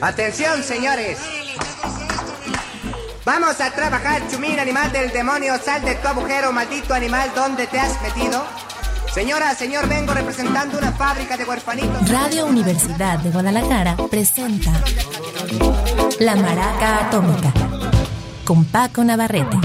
Atención, señores. Vamos a trabajar, chumín, animal del demonio. Sal de tu agujero, maldito animal. ¿Dónde te has metido? Señora, señor, vengo representando una fábrica de huerfanitos. Radio Universidad de Guadalajara presenta La Maraca Atómica con Paco Navarrete.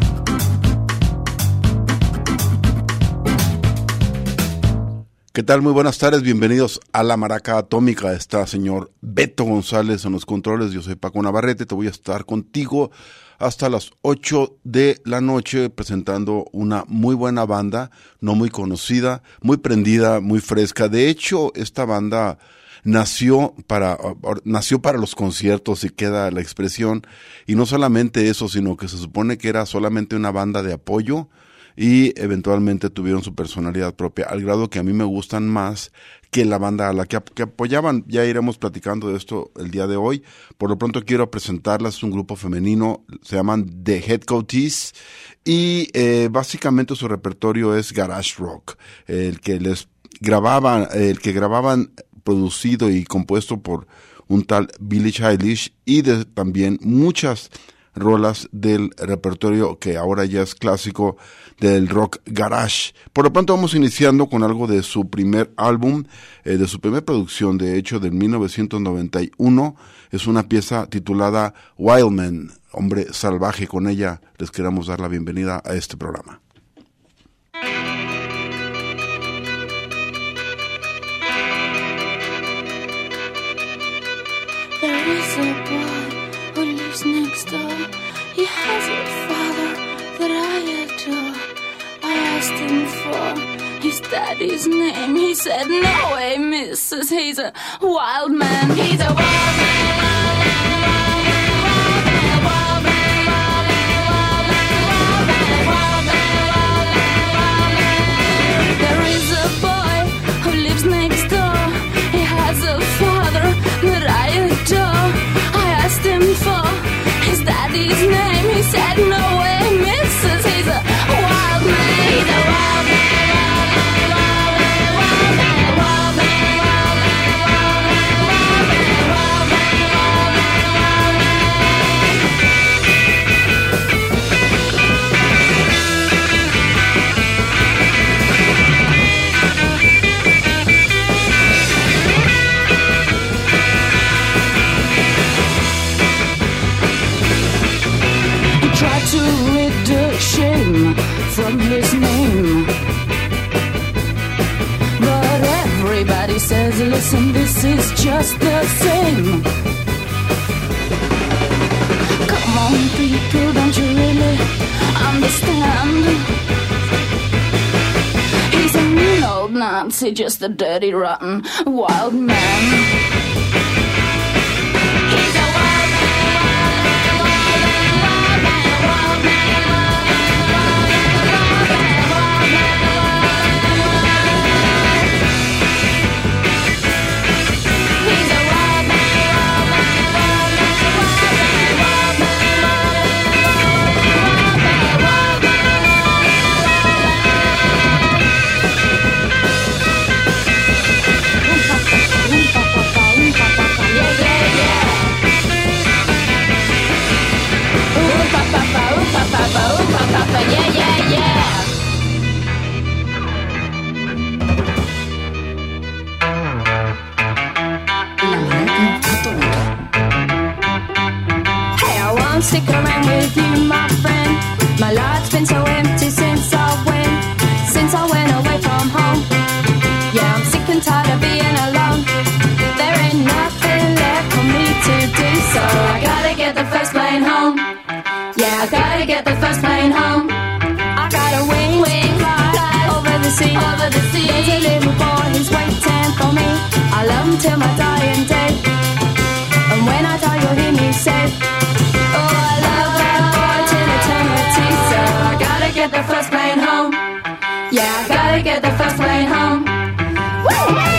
¿Qué tal? Muy buenas tardes, bienvenidos a La Maraca Atómica. Está señor Beto González en los controles, yo soy Paco Navarrete, te voy a estar contigo hasta las 8 de la noche presentando una muy buena banda, no muy conocida, muy prendida, muy fresca. De hecho, esta banda nació para los conciertos, y queda la expresión, y no solamente eso, sino que se supone que era solamente una banda de apoyo, y eventualmente tuvieron su personalidad propia, al grado que a mí me gustan más que la banda a la que apoyaban. Ya iremos platicando de esto el día de hoy. Por lo pronto quiero presentarlas, es un grupo femenino, se llaman The Headcoatees, y básicamente su repertorio es garage rock, el que grababan producido y compuesto por un tal Billie Eilish, y también muchas rolas del repertorio que ahora ya es clásico del rock garage. Por lo pronto vamos iniciando con algo de su primer álbum, de su primera producción, de hecho del 1991, es una pieza titulada Wild Man, hombre salvaje. Con ella les queremos dar la bienvenida a este programa. There is a boy who lives next door. He has a father that I adore. I asked him for his daddy's name. He said, no way, missus, he's a wild man. He's a wild man, wild man, wild man, wild man, wild man, wild man, wild man, wild man, wild man. There is a boy who lives next door. He has a father that I adore. I asked him for his daddy's name. He said, no way, missus, he's a wild man. He's a wild man, wild man, wild man, wild man, wild man, wild man, wild man, wild man, wild man, wild Try to rid the shame from his name, but everybody says, listen, this is just the same. Come on, people, don't you really understand? He's a mean old Nazi, just a dirty, rotten, wild man. Yeah, yeah, yeah. Hey, I won't stick around with you, my friend. My life's been so empty since I went away from home. Yeah, I'm sick and tired of being alone. There ain't nothing left for me to do, so I gotta get the first plane home. Yeah, I gotta get the first plane home. I gotta wing fly over the sea. There's a little boy who's waiting for me. I love him till my dying day. And when I die, you'll hear me say, oh, I love that boy till eternity. So I gotta get the first plane home. Yeah, I gotta get the first plane home. Woo!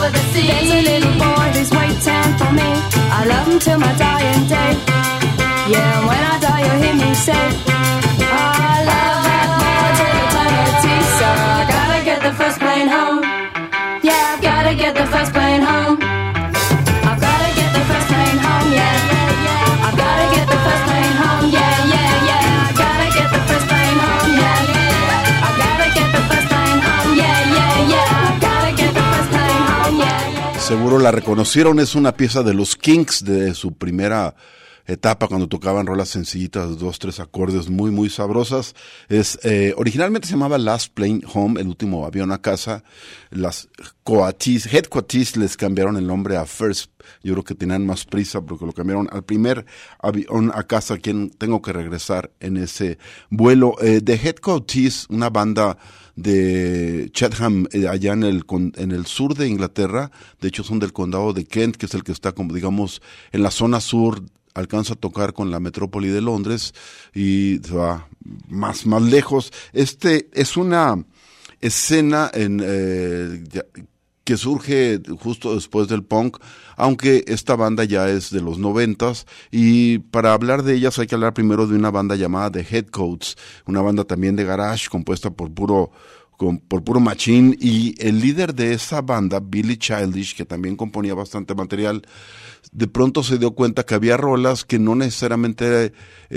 over the sea. There's a little boy who's waiting for me. I love him till my dying day. Yeah, and when I die you'll hear me say, I love that boy till eternity. So I gotta get the first plane home. Yeah, I've gotta get the first plane home. I've gotta get the first plane home. Yeah, yeah, yeah. I've gotta get the first plane home. Yeah, yeah, yeah. I gotta get the first plane home. Yeah, yeah. I gotta get the first plane home. Yeah, yeah, yeah. I gotta get the first plane home. Yeah, yeah. Seguro la reconocieron, es una pieza de los Kinks de su primera etapa cuando tocaban rolas sencillitas, 2, 3 acordes muy muy sabrosas. Originalmente se llamaba Last Plane Home, el último avión a casa. Las Head Coatees les cambiaron el nombre a First. Yo creo que tenían más prisa porque lo cambiaron al primer avión a casa, quien tengo que regresar en ese vuelo. The Head Coatees, una banda de Chatham, allá en el sur de Inglaterra. De hecho son del condado de Kent, que es el que está como digamos en la zona sur. Alcanza a tocar con la metrópoli de Londres y se va más lejos. Es una escena que surge justo después del punk, aunque esta banda ya es de los 90s, y para hablar de ellas hay que hablar primero de una banda llamada The Headcoats, una banda también de garage compuesta por puro machín, y el líder de esa banda, Billy Childish, que también componía bastante material, de pronto se dio cuenta que había rolas que no necesariamente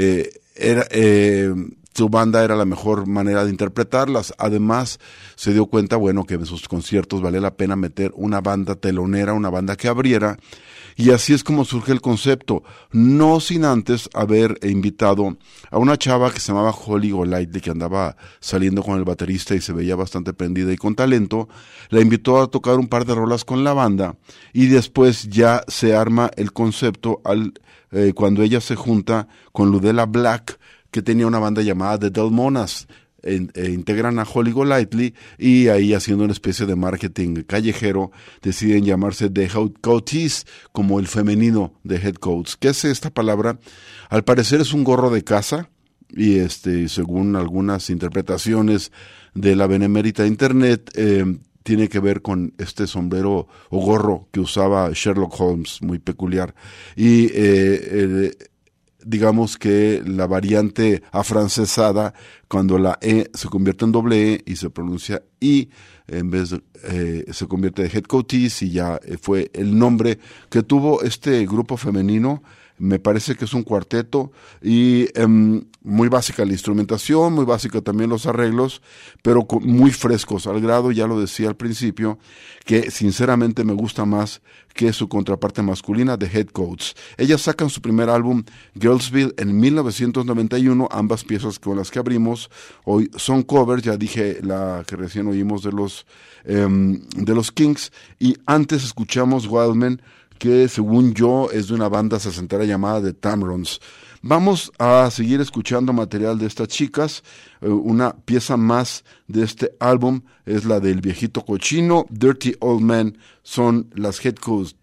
su banda era la mejor manera de interpretarlas. Además, se dio cuenta, bueno, que en sus conciertos valía la pena meter una banda telonera, una banda que abriera, y así es como surge el concepto, no sin antes haber invitado a una chava que se llamaba Holly Golightly, que andaba saliendo con el baterista y se veía bastante prendida y con talento. La invitó a tocar un par de rolas con la banda, y después ya se arma el concepto cuando ella se junta con Ludella Black, que tenía una banda llamada The Delmonas. Integran a Holly Golightly y ahí, haciendo una especie de marketing callejero, deciden llamarse The Headcoats, como el femenino de Headcoats. ¿Qué es esta palabra? Al parecer es un gorro de casa, y según algunas interpretaciones de la benemérita internet, tiene que ver con este sombrero o gorro que usaba Sherlock Holmes, muy peculiar. Y digamos que la variante afrancesada, cuando la E se convierte en doble E y se pronuncia I, en vez de, se convierte de Headcoats, y ya fue el nombre que tuvo este grupo femenino. Me parece que es un cuarteto, y muy básica la instrumentación, muy básica también los arreglos, pero muy frescos, al grado, ya lo decía al principio, que sinceramente me gusta más que su contraparte masculina, The Headcoats. Ellas sacan su primer álbum, Girlsville, en 1991, ambas piezas con las que abrimos hoy son covers. Ya dije la que recién oímos de los Kinks, y antes escuchamos Wildman, que según yo es de una banda sesentera llamada The Tamrons. Vamos a seguir escuchando material de estas chicas. Una pieza más de este álbum es la del viejito cochino, Dirty Old Man. Son las Headcoats,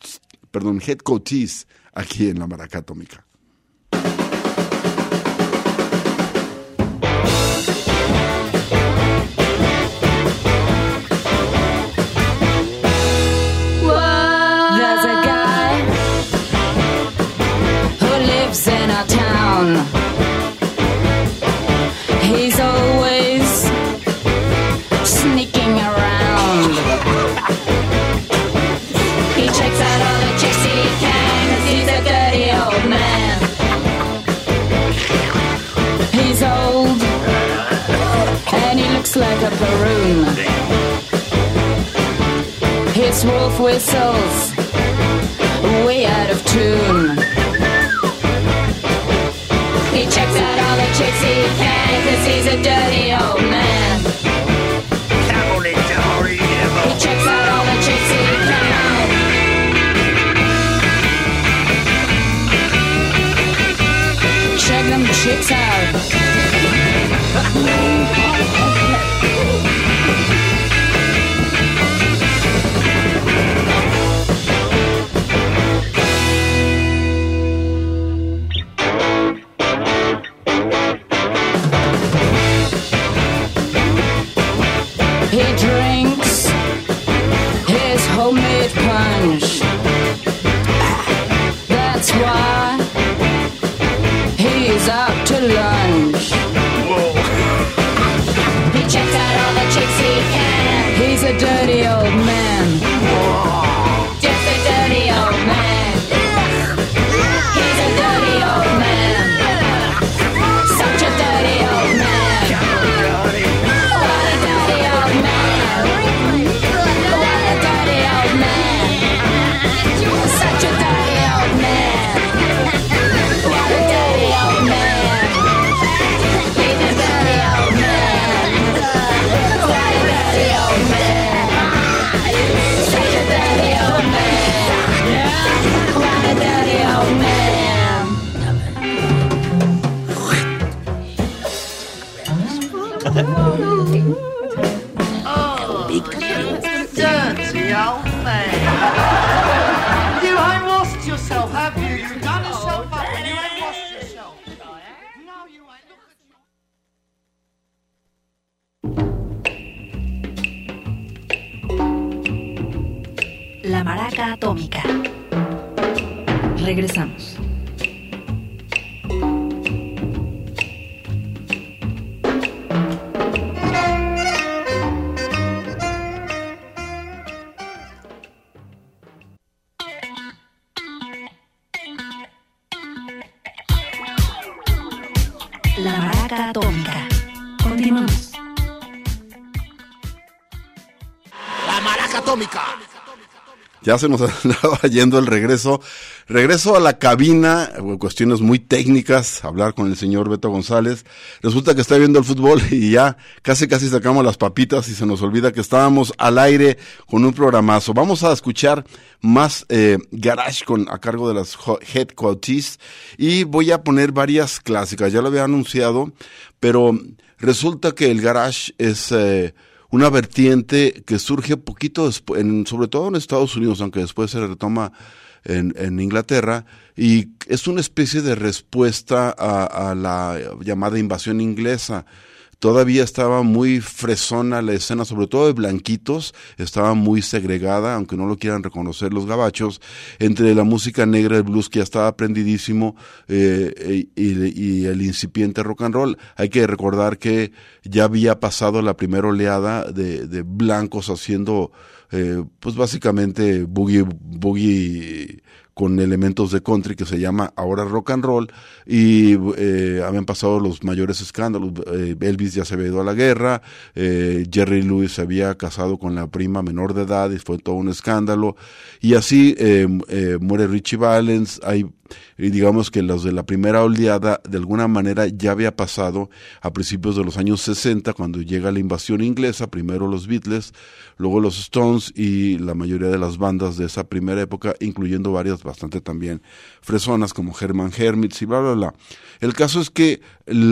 aquí en la Maraca Atómica. In our town, he's always sneaking around. He checks out all the chicks he can, 'cause he's a dirty old man. He's old and he looks like a Peroon. His wolf whistles way out of tune. He checks out all the chicks he can, 'cause he's a dirty old man. He checks out all the chicks he can. Check them chicks out. He drinks his homemade the chicks he can. He's a dirty old man. Just a dirty old man. He's a dirty old man. Such a dirty old man. What a dirty old man. What a dirty old man. Such a dirty old man. What a dirty old man. He's a dirty old man. What a dirty old man. Such a dirty old man. What a dirty old man. Dirty old man. You ain't washed yourself, have you? You've done yourself up and you ain't washed yourself. No, you ain't. Look at you. La Maraca Atómica. Regresamos. La Maraca Atómica. Continuamos. La Maraca Atómica. Ya se nos andaba yendo el regreso a la cabina, cuestiones muy técnicas, hablar con el señor Beto González. Resulta que está viendo el fútbol y ya casi sacamos las papitas y se nos olvida que estábamos al aire con un programazo. Vamos a escuchar más garage a cargo de las Head Coaches y voy a poner varias clásicas. Ya lo había anunciado, pero resulta que el garage es una vertiente que surge poquito después, sobre todo en Estados Unidos, aunque después se retoma en Inglaterra, y es una especie de respuesta a la llamada invasión inglesa. Todavía estaba muy fresona la escena, sobre todo de blanquitos, estaba muy segregada, aunque no lo quieran reconocer los gabachos, entre la música negra, el blues que ya estaba aprendidísimo y el incipiente rock and roll. Hay que recordar que ya había pasado la primera oleada de blancos haciendo pues básicamente boogie con elementos de country que se llama ahora rock and roll, y habían pasado los mayores escándalos. Elvis ya se había ido a la guerra, Jerry Lewis se había casado con la prima menor de edad y fue todo un escándalo, y así muere Richie Valens. Y digamos que los de la primera oleada de alguna manera ya había pasado a principios de los años 60, cuando llega la invasión inglesa, primero los Beatles, luego los Stones y la mayoría de las bandas de esa primera época, incluyendo varias bastante también fresonas como Herman Hermits y bla bla bla. El caso es que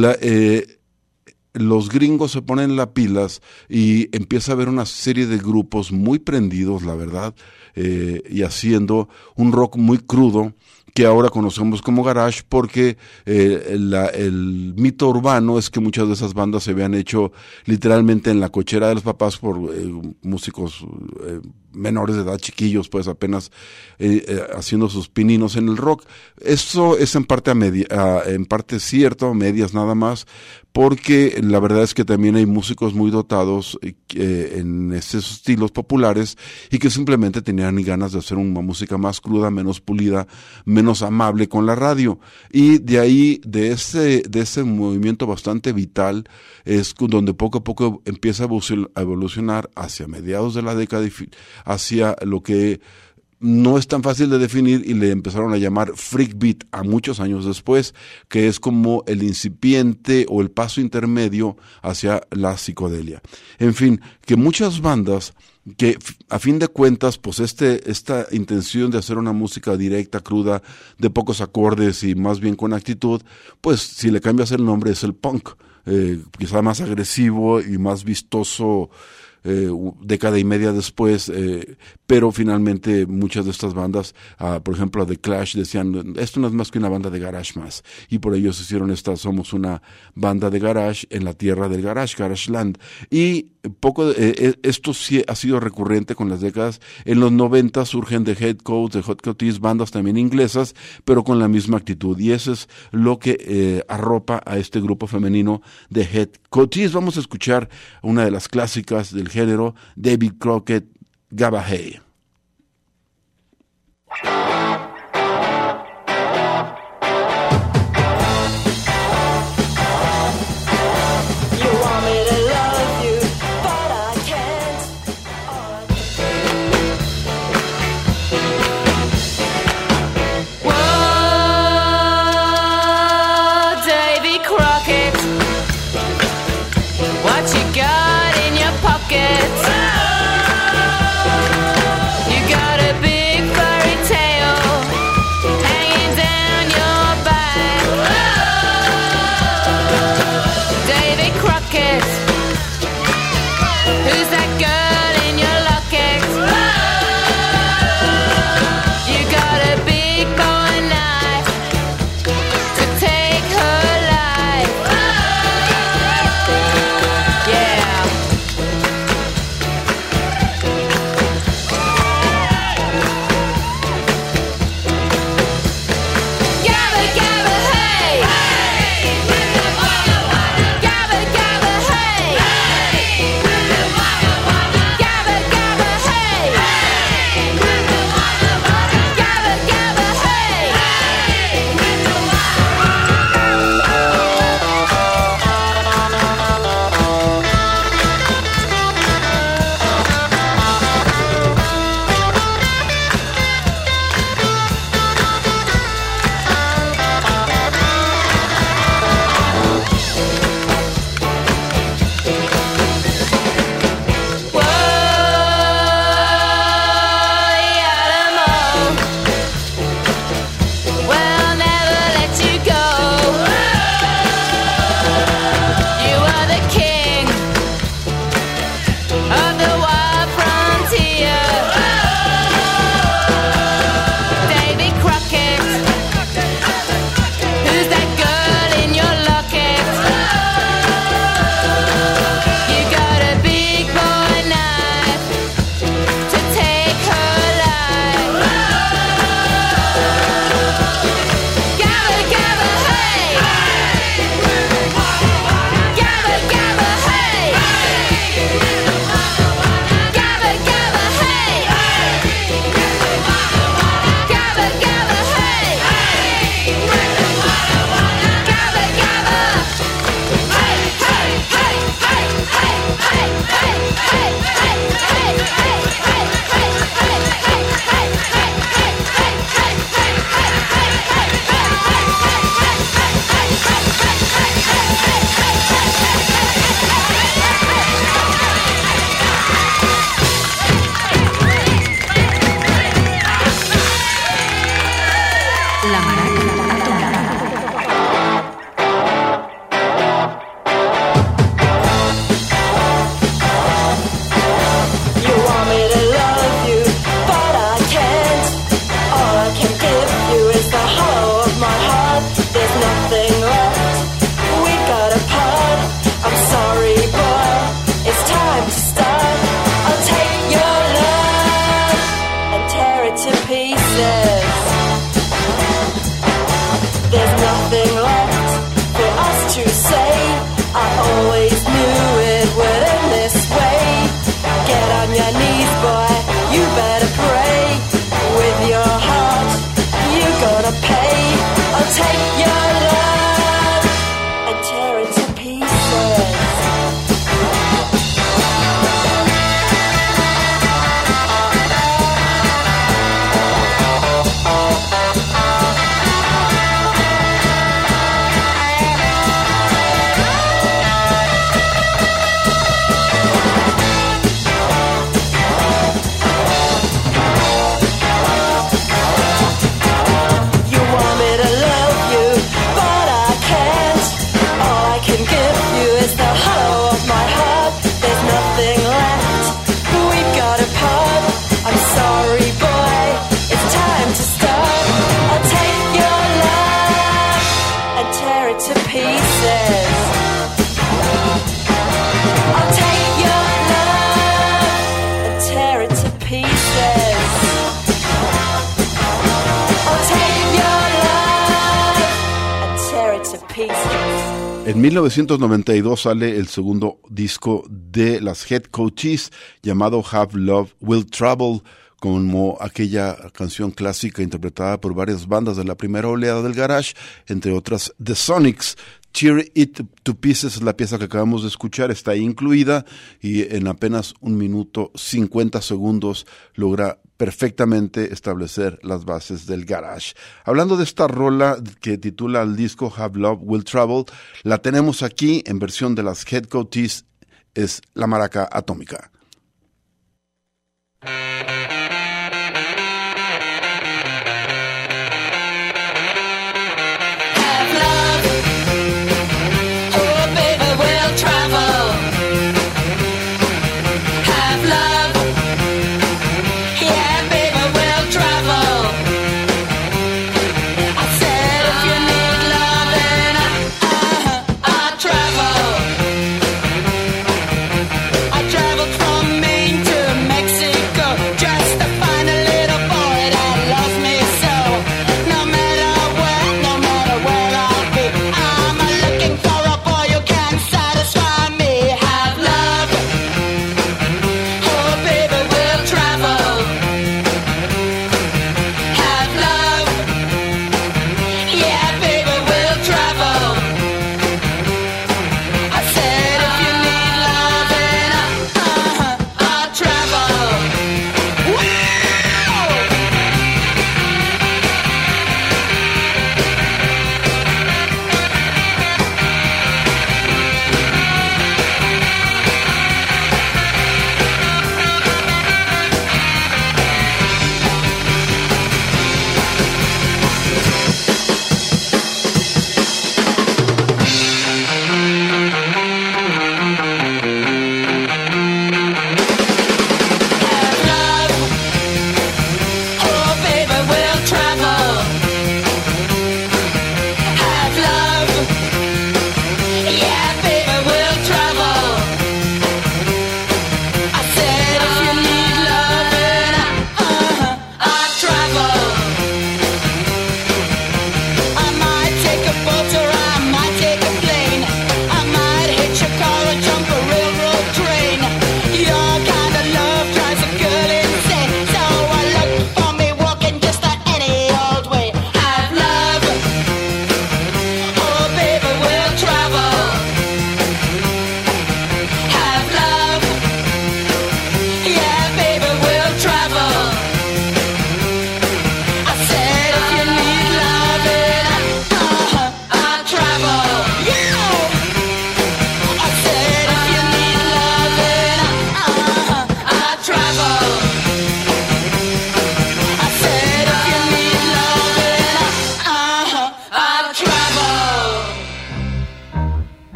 los gringos se ponen las pilas y empieza a haber una serie de grupos muy prendidos, la verdad, y haciendo un rock muy crudo, que ahora conocemos como garage, porque el mito urbano es que muchas de esas bandas se habían hecho literalmente en la cochera de los papás por músicos menores de edad, chiquillos, pues apenas haciendo sus pininos en el rock. Eso es en parte cierto, medias nada más, porque la verdad es que también hay músicos muy dotados en esos estilos populares y que simplemente tenían ganas de hacer una música más cruda, menos pulida, menos amable con la radio. Y de ahí, de ese movimiento bastante vital, es donde poco a poco empieza a evolucionar hacia mediados de la década, hacia lo que no es tan fácil de definir y le empezaron a llamar freak beat a muchos años después, que es como el incipiente o el paso intermedio hacia la psicodelia. En fin, que muchas bandas que a fin de cuentas, pues esta intención de hacer una música directa, cruda, de pocos acordes y más bien con actitud, pues si le cambias el nombre es el punk, quizá más agresivo y más vistoso década y media después, pero finalmente muchas de estas bandas, por ejemplo The Clash, decían, esto no es más que una banda de garage más, y por ello se hicieron somos una banda de garage en la tierra del garage, Garageland, y esto sí ha sido recurrente con las décadas. En los 90 surgen The Headcoats, The Hot Coyotes, bandas también inglesas, pero con la misma actitud, y eso es lo que arropa a este grupo femenino de Headcoats. Vamos a escuchar una de las clásicas del género, David Crockett, Gabahey. What you got in your pockets? En 1992 sale el segundo disco de las Head Coaches llamado Have Love Will Travel, como aquella canción clásica interpretada por varias bandas de la primera oleada del garage, entre otras The Sonics. Tear It to Pieces, la pieza que acabamos de escuchar, está ahí incluida y en apenas 1 minuto 50 segundos logra perfectamente establecer las bases del garage. Hablando de esta rola que titula el disco Have Love Will Travel, la tenemos aquí en versión de las Head Coaches, es La Maraca Atómica. Travel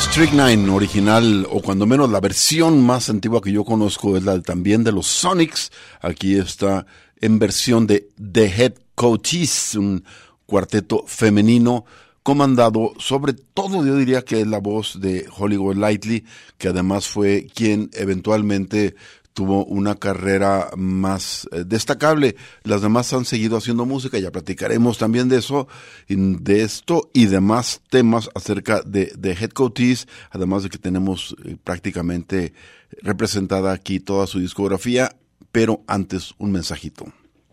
Strychnine original, o cuando menos la versión más antigua que yo conozco es la también de los Sonics. Aquí está en versión de The Head Coaches, un cuarteto femenino comandado sobre todo, yo diría que es la voz de Holly Golightly, que además fue quien eventualmente tuvo una carrera más destacable. Las demás han seguido haciendo música, ya platicaremos también de eso, de esto y demás temas acerca de Head Coaches, además de que tenemos prácticamente representada aquí toda su discografía, pero antes un mensajito.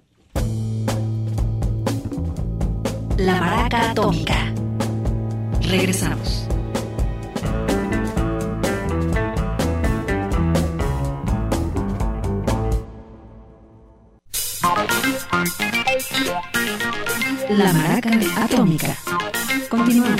La Maraca Atómica. Regresamos. La Maraca Atómica. Continuamos.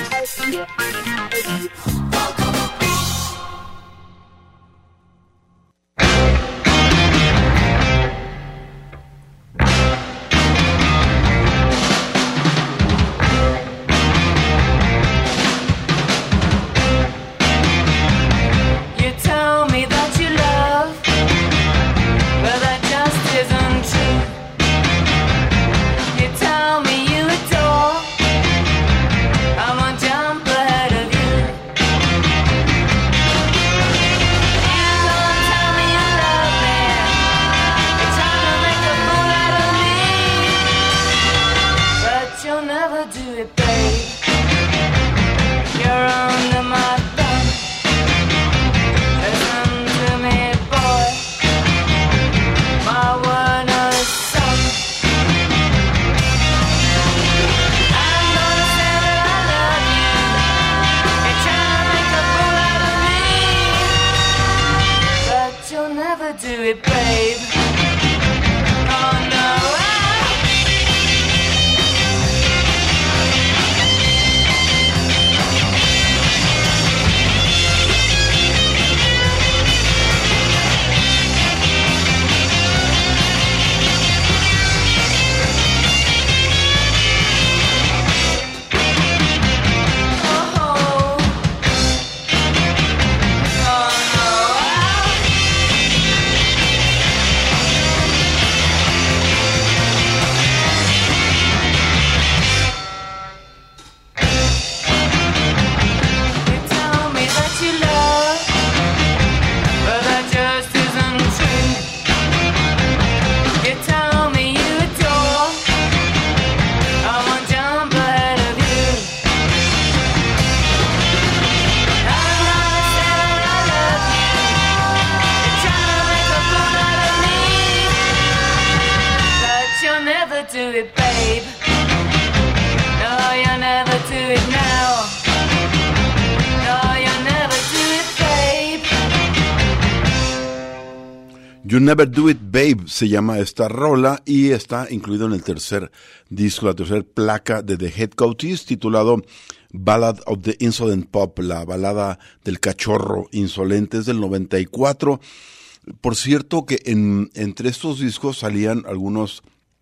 You Never Do It, Babe, se llama esta rola y está incluido en el tercer disco, la tercera placa de The Head Coaches, titulado Ballad of the Insolent Pup, la balada del cachorro insolente, es del 94. Por cierto que entre estos discos salían algunos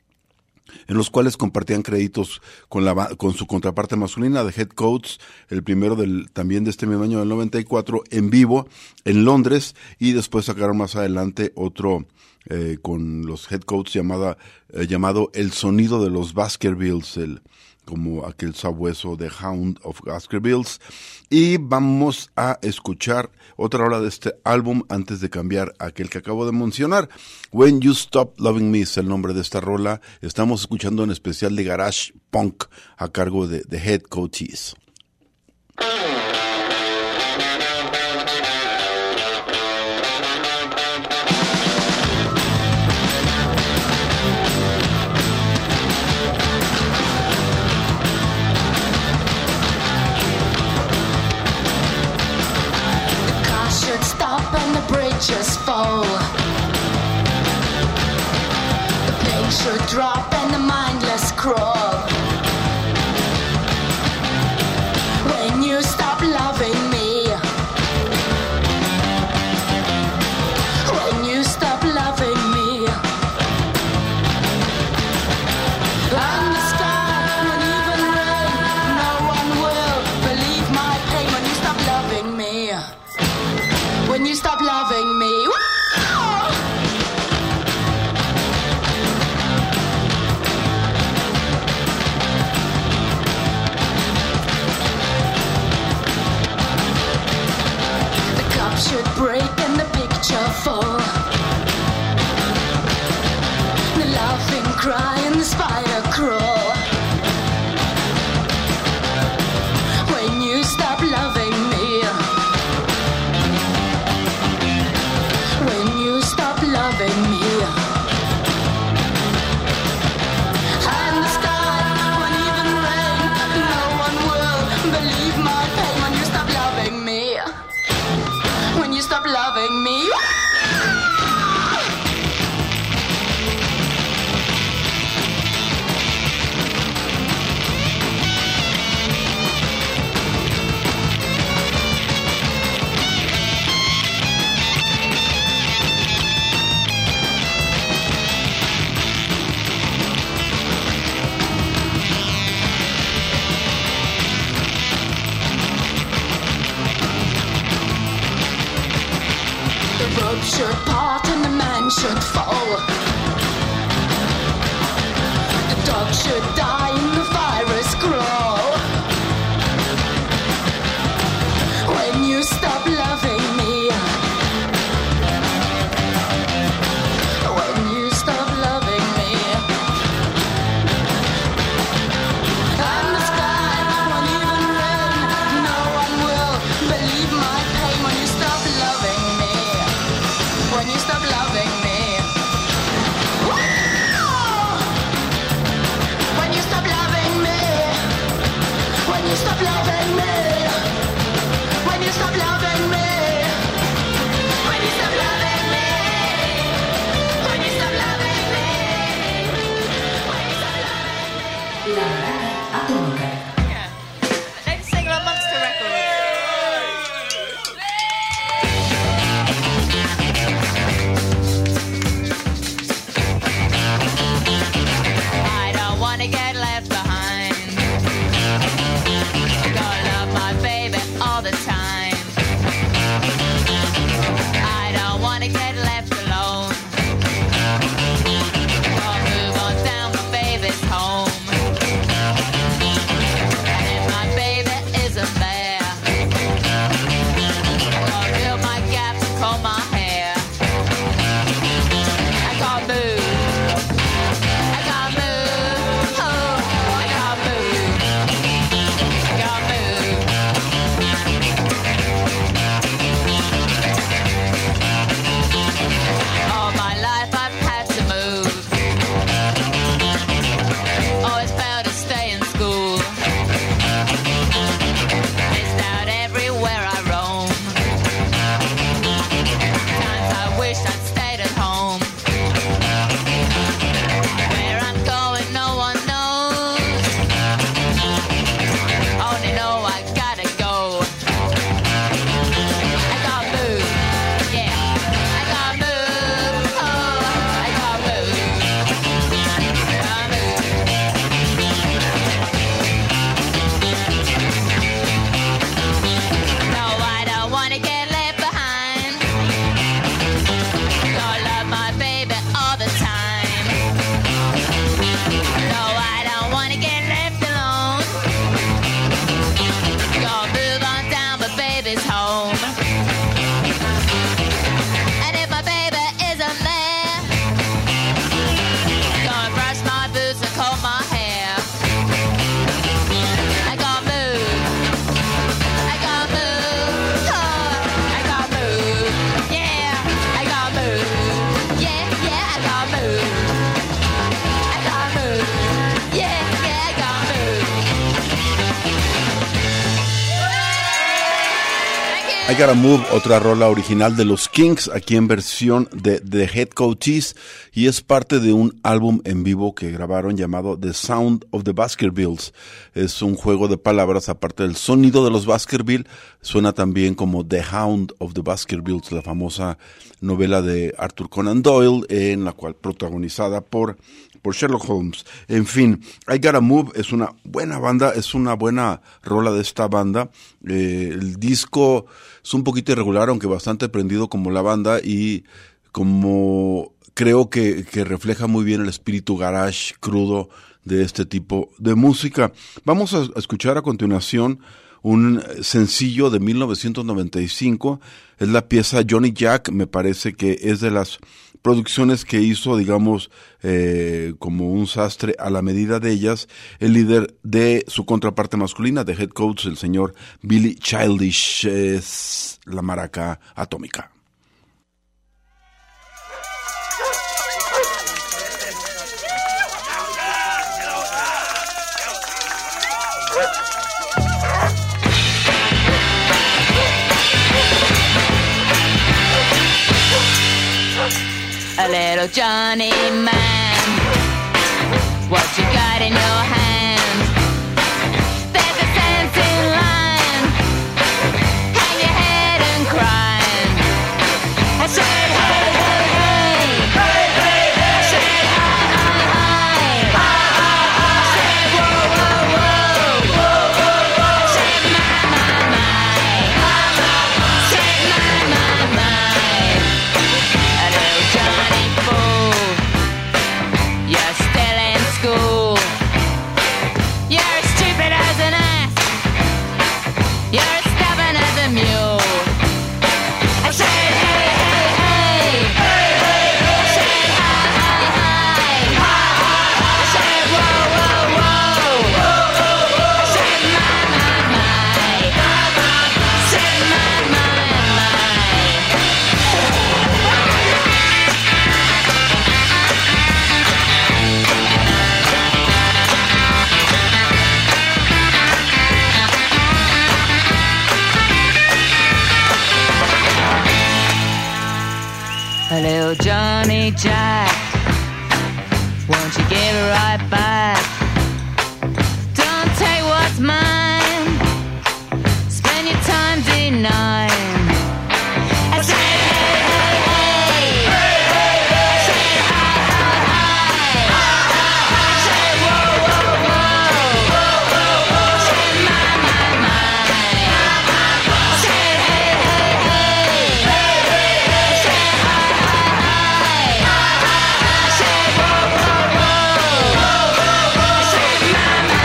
en los cuales compartían créditos con su contraparte masculina, The Head Coaches, el primero también de este mismo año del 94, en vivo en Londres, y después sacaron más adelante otro con los Head Coaches llamado El Sonido de los Baskervilles, como aquel sabueso de Hound of Baskervilles. Y vamos a escuchar otra rola de este álbum antes de cambiar a aquel que acabo de mencionar. When You Stop Loving Me es el nombre de esta rola. Estamos escuchando en especial de Garage Punk a cargo de The Head Coaches. Just fall. The plane should drop and the mindless crawl. When you stop loving me, when you stop loving me, and the sky won't even rain. No one will believe my pain when you stop loving me. break and the picture fall. The laughing cry and the spider crawl. When you stop loving me, when you stop loving me. And the sky won't even rain, no one will believe my pain. When you stop loving me, when you stop loving me. The rope should part and the man should fall. The dog should die in the virus crawl. When you stop loving me, when you stop loving me. And the sky won't even rain, no one will believe my pain. When you stop loving me, when you stop loving me. When you stop loving me, when you stop loving me, when you stop loving me, when you stop loving me, when you stop loving me, when you stop loving me. La Maraca Atómica. Next single on Monster Records. I don't wanna get left behind. Gotta love my baby all the time. I don't wanna get left alone. I'll move on down, my baby's home. And if my baby isn't there, I'll fill my gaps and comb my hair. I can't move. I can't move. Oh, I can't move. I can't move. All my life I've had to move. Always failed to stay in school. Missed out everywhere I roam. Times I wish I'd stayed at home. Where I'm going, no one knows. Only know I gotta go. I can't move, yeah. I can't move, oh, I can't move. Can't move. No, I don't wanna get left behind. Gonna love my baby all the time. No, I don't wanna get left alone. Gonna move on down, but baby's home. And if my baby isn't there, gonna brush my boots and comb my hair. I can't move. I can't move. Oh, I can't move. Yeah, I can't move. Yeah, yeah, I can't move. I can't move. Yeah, yeah, I can't move. Thank you. I Gotta Move, otra rola original de los Kings, aquí en versión de The Head Coaches, y es parte de un álbum en vivo que grabaron llamado The Sound of the Baskervilles. Es un juego de palabras, aparte del sonido de los Baskerville, suena también como The Hound of the Baskervilles, la famosa novela de Arthur Conan Doyle, en la cual protagonizada por Sherlock Holmes. En fin, I Gotta Move es una buena banda, es una buena rola de esta banda. El disco es un poquito irregular, aunque bastante prendido como la banda, y como creo que refleja muy bien el espíritu garage crudo de este tipo de música. Vamos a escuchar a continuación un sencillo de 1995, es la pieza Johnny Jack, me parece que es de las producciones que hizo, digamos, como un sastre a la medida de ellas, el líder de su contraparte masculina, de Head Coach, el señor Billy Childish, es la maraca atómica. A little Johnny man, what you got in your hand? There's a sense in line, hang your head and cry. I said hey, hey, hey, hey, hey, hey. I said hi, hi, hi. I said whoa, whoa, whoa, whoa, whoa, whoa. I said my, I said my. A little Johnny fool, you're still in school. You're as stupid as an ass, you're as stubborn as a mule. I said hey, hey, hey, hey, hey, hey. I said hi, hi, hi. I said whoa, whoa, whoa, whoa, whoa, whoa. I said my. I said my. A little Johnny Jack, won't you give it right back? Don't take what's mine, spend your time denying. I said hey, hey, hey, hey, hey, hey. I said hi, hi, hi. I said whoa, whoa, whoa, whoa, whoa, whoa. I said my. I said hey, hey, hey, hey, hey, hey. I said hi, hi, hi. I said whoa, whoa, whoa, whoa, whoa, whoa. I said my.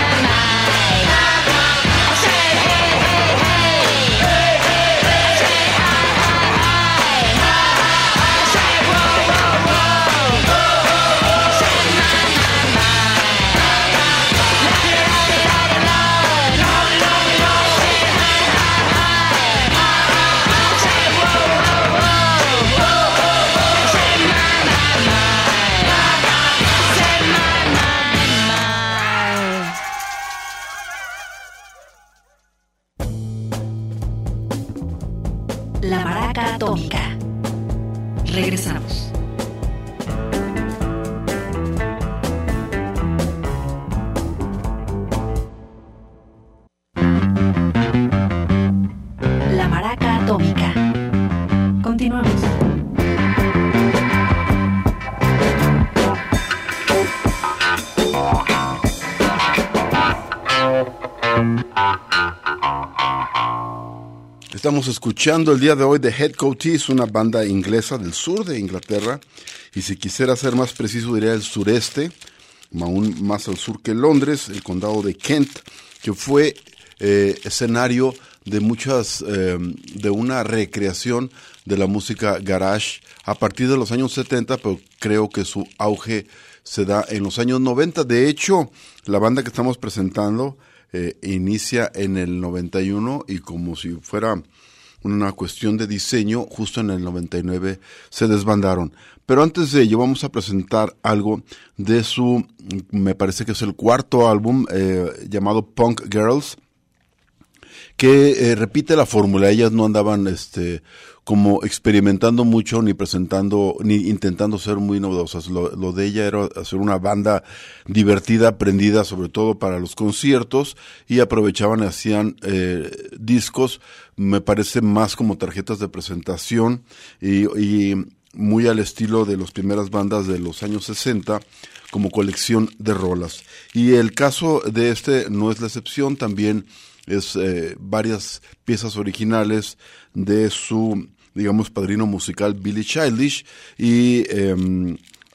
I said hey, hey, hey, hey, hey, hey. I said hi, hi, hi. I said whoa, whoa, whoa, whoa, whoa. I said my. La maraca atómica. Regresamos. La maraca atómica. Continuamos. Estamos escuchando el día de hoy de Head Coaches, una banda inglesa del sur de Inglaterra, y si quisiera ser más preciso diría el sureste, aún más al sur que Londres, el condado de Kent, que fue escenario de muchas, de una recreación de la música garage a partir de los años 70, pero creo que su auge se da en los años 90. De hecho, la banda que estamos presentando inicia en el 91 y como si fuera una cuestión de diseño, justo en el 99 se desbandaron. Pero antes de ello vamos a presentar algo de su, me parece que es el cuarto álbum, llamado Punk Girls, que repite la fórmula. Ellas no andaban como experimentando mucho, ni presentando, ni intentando ser muy novedosas. Lo de ella era hacer una banda divertida, aprendida sobre todo para los conciertos, y aprovechaban y hacían discos, me parece más como tarjetas de presentación, y muy al estilo de las primeras bandas de los años 60, como colección de rolas. Y el caso de no es la excepción, también es varias piezas originales de su, digamos, padrino musical Billy Childish, y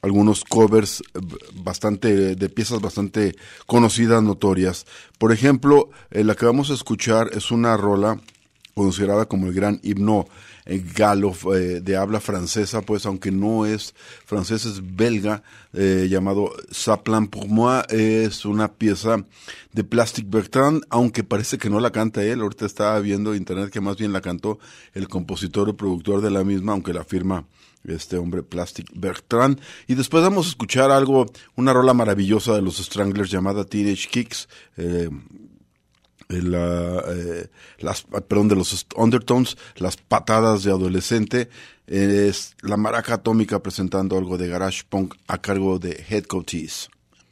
algunos covers de piezas bastante conocidas, notorias. Por ejemplo, la que vamos a escuchar es una rola considerada como el gran himno galo de habla francesa, pues aunque no es francés, es belga, llamado Ça plane pour moi. Es una pieza de Plastic Bertrand, aunque parece que no la canta él. Ahorita estaba viendo en internet que más bien la cantó el compositor y productor de la misma, aunque la firma este hombre Plastic Bertrand. Y después vamos a escuchar una rola maravillosa de los Stranglers llamada Teenage Kicks, de los Undertones, las patadas de adolescente. Es la Maraca Atómica presentando algo de garage punk a cargo de Headcoatees.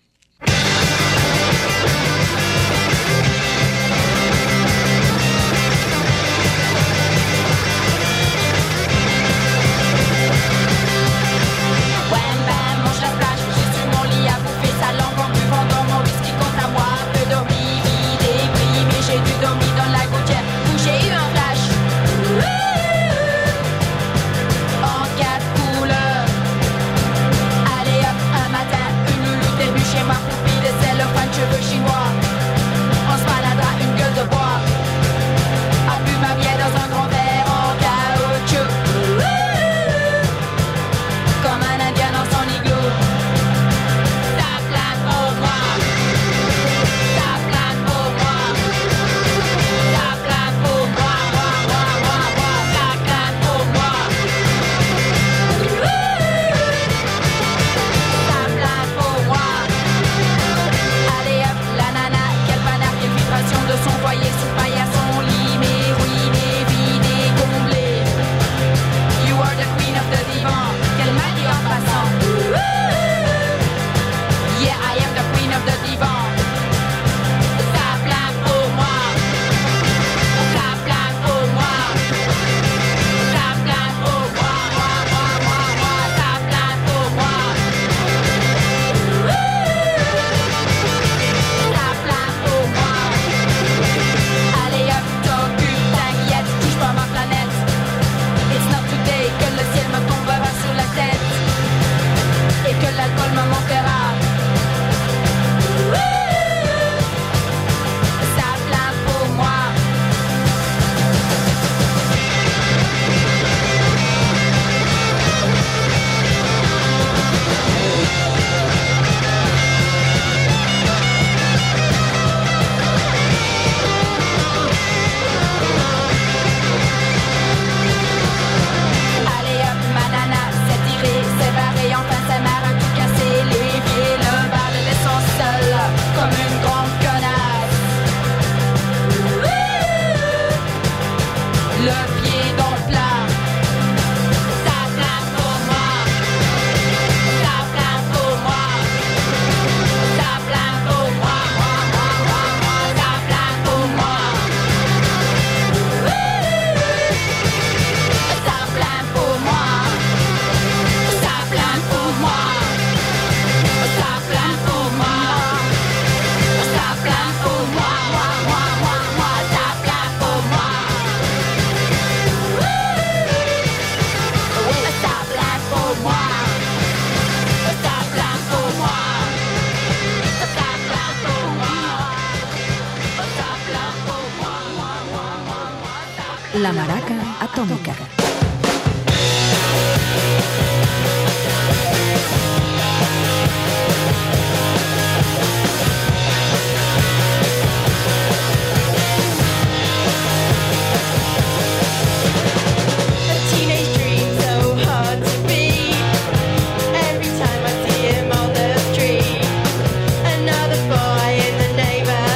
La Maraca Atómica.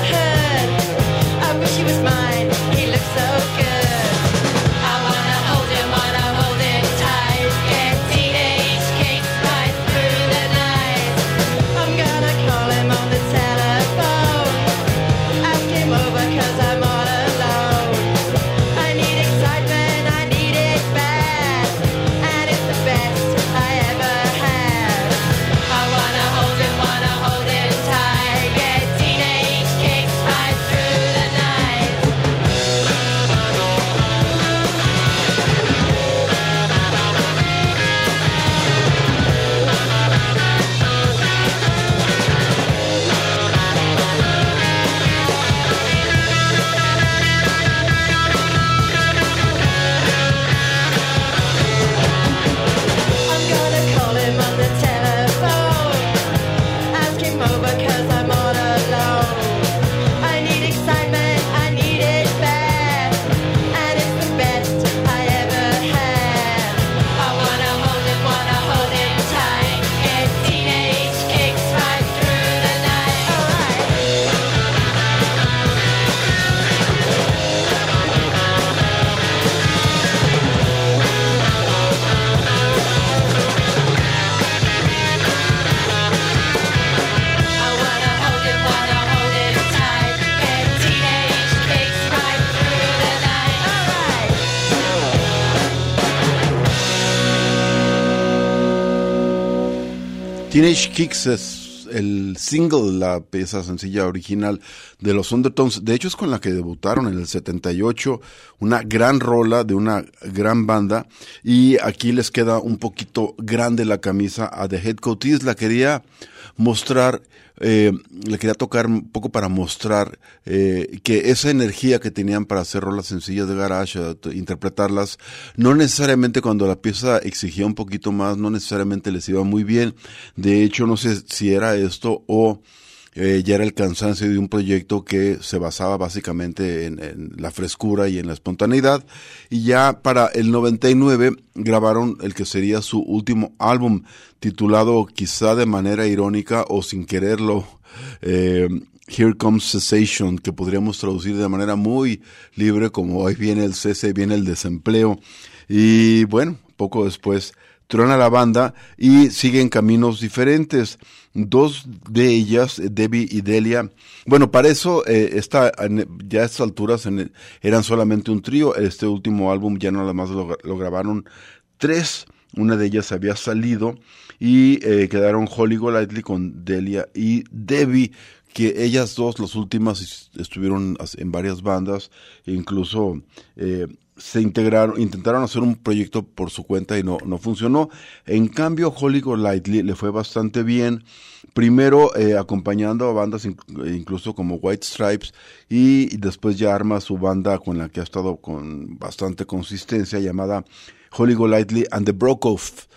He looks so good. I wanna hold Teenage Kicks es el single, la pieza sencilla original de los Undertones. De hecho, es con la que debutaron en el 78, una gran rola de una gran banda. Y aquí les queda un poquito grande la camisa a The Headcoatees. La quería mostrar, le quería tocar un poco para mostrar que esa energía que tenían para hacer rolas sencillas de garage, interpretarlas, no necesariamente cuando la pieza exigía un poquito más, no necesariamente les iba muy bien. De hecho, no sé si era esto o ya era el cansancio de un proyecto que se basaba básicamente en la frescura y en la espontaneidad. Y ya para el 99 grabaron el que sería su último álbum, titulado quizá de manera irónica o sin quererlo, Here Comes Cessation, que podríamos traducir de manera muy libre como ahí viene el cese, viene el desempleo. Y bueno, poco después truena la banda y siguen caminos diferentes. Dos de ellas, Debbie y Delia, bueno, para eso ya a estas alturas eran solamente un trío. Este último álbum ya nada más lo grabaron 3. Una de ellas había salido y quedaron Holly Golightly con Delia y Debbie, que ellas dos, las últimas, estuvieron en varias bandas, e incluso se intentaron hacer un proyecto por su cuenta y no funcionó. En cambio, Holly Golightly le fue bastante bien, primero acompañando a bandas incluso como White Stripes, y después ya arma su banda con la que ha estado con bastante consistencia, llamada Holly Golightly and the Broke-Off,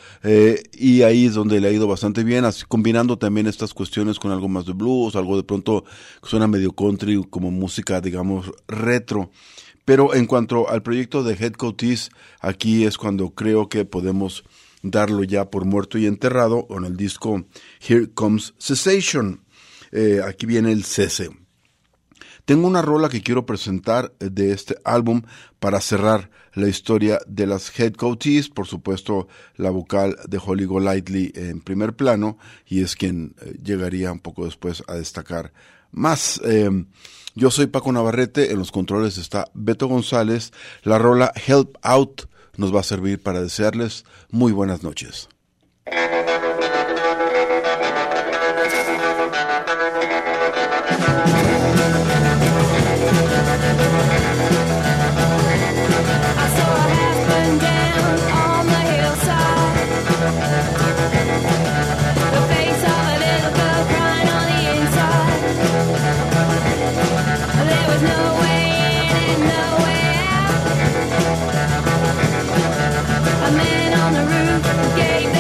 y ahí es donde le ha ido bastante bien, así combinando también estas cuestiones con algo más de blues, algo de pronto que suena medio country, como música, digamos, retro. Pero en cuanto al proyecto de Headcoatees, aquí es cuando creo que podemos darlo ya por muerto y enterrado con el disco Here Comes Cessation. Aquí viene el cese. Tengo una rola que quiero presentar de este álbum para cerrar la historia de las Headcoatees. Por supuesto, la vocal de Holly Golightly en primer plano, y es quien llegaría un poco después a destacar más. Yo soy Paco Navarrete, en los controles está Beto González. La rola Help Out nos va a servir para desearles muy buenas noches. A man on the roof gave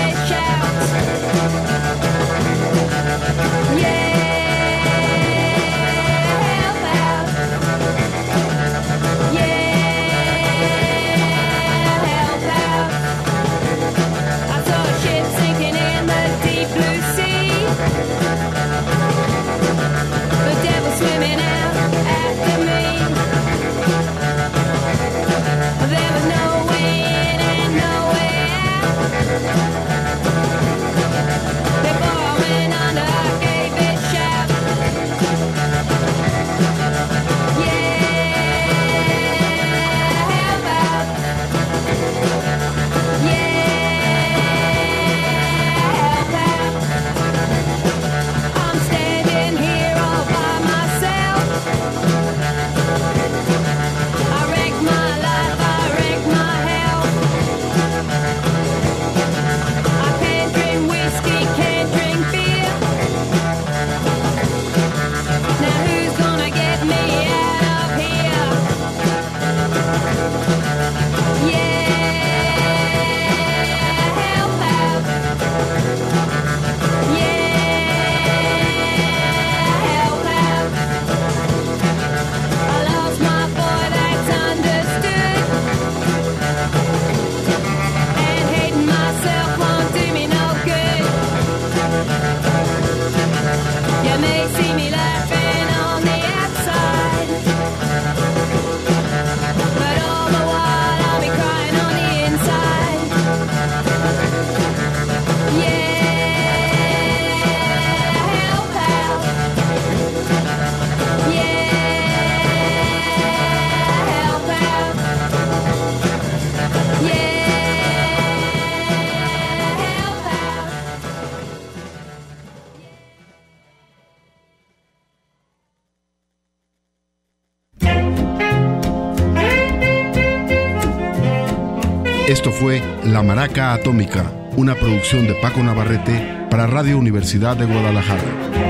Esto fue La Maraca Atómica, una producción de Paco Navarrete para Radio Universidad de Guadalajara.